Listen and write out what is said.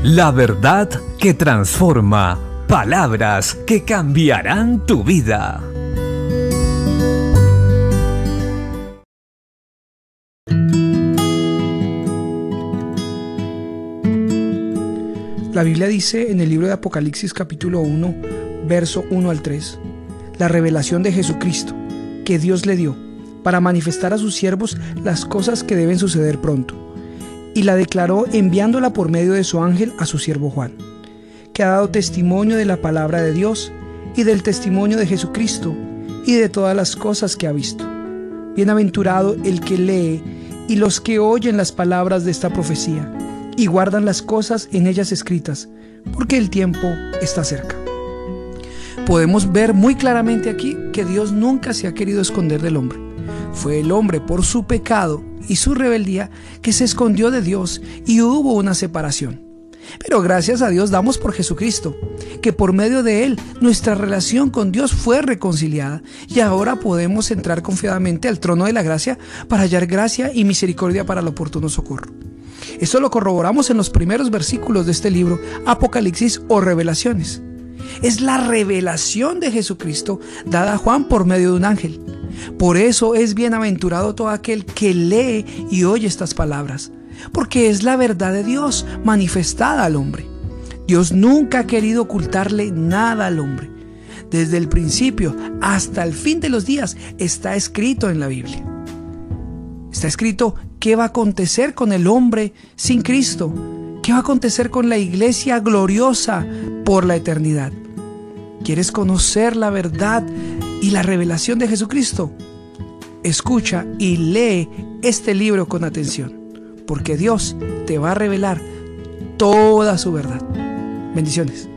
La verdad que transforma. Palabras que cambiarán tu vida. La Biblia dice en el libro de Apocalipsis capítulo 1, verso 1 al 3, la revelación de Jesucristo que Dios le dio para manifestar a sus siervos las cosas que deben suceder pronto, y la declaró enviándola por medio de su ángel a su siervo Juan, que ha dado testimonio de la palabra de Dios y del testimonio de Jesucristo y de todas las cosas que ha visto. Bienaventurado el que lee y los que oyen las palabras de esta profecía y guardan las cosas en ellas escritas, porque el tiempo está cerca. Podemos ver muy claramente aquí que Dios nunca se ha querido esconder del hombre. Fue el hombre por su pecado y su rebeldía que se escondió de Dios y hubo una separación. Pero gracias a Dios damos por Jesucristo, que por medio de Él nuestra relación con Dios fue reconciliada y ahora podemos entrar confiadamente al trono de la gracia para hallar gracia y misericordia para el oportuno socorro. Esto lo corroboramos en los primeros versículos de este libro, Apocalipsis o Revelaciones. Es la revelación de Jesucristo dada a Juan por medio de un ángel. Por eso es bienaventurado todo aquel que lee y oye estas palabras, porque es la verdad de Dios manifestada al hombre. Dios nunca ha querido ocultarle nada al hombre. Desde el principio hasta el fin de los días está escrito en la Biblia. Está escrito qué va a acontecer con el hombre sin Cristo, qué va a acontecer con la iglesia gloriosa por la eternidad. ¿Quieres conocer la verdad y la revelación de Jesucristo? Escucha y lee este libro con atención, porque Dios te va a revelar toda su verdad. Bendiciones.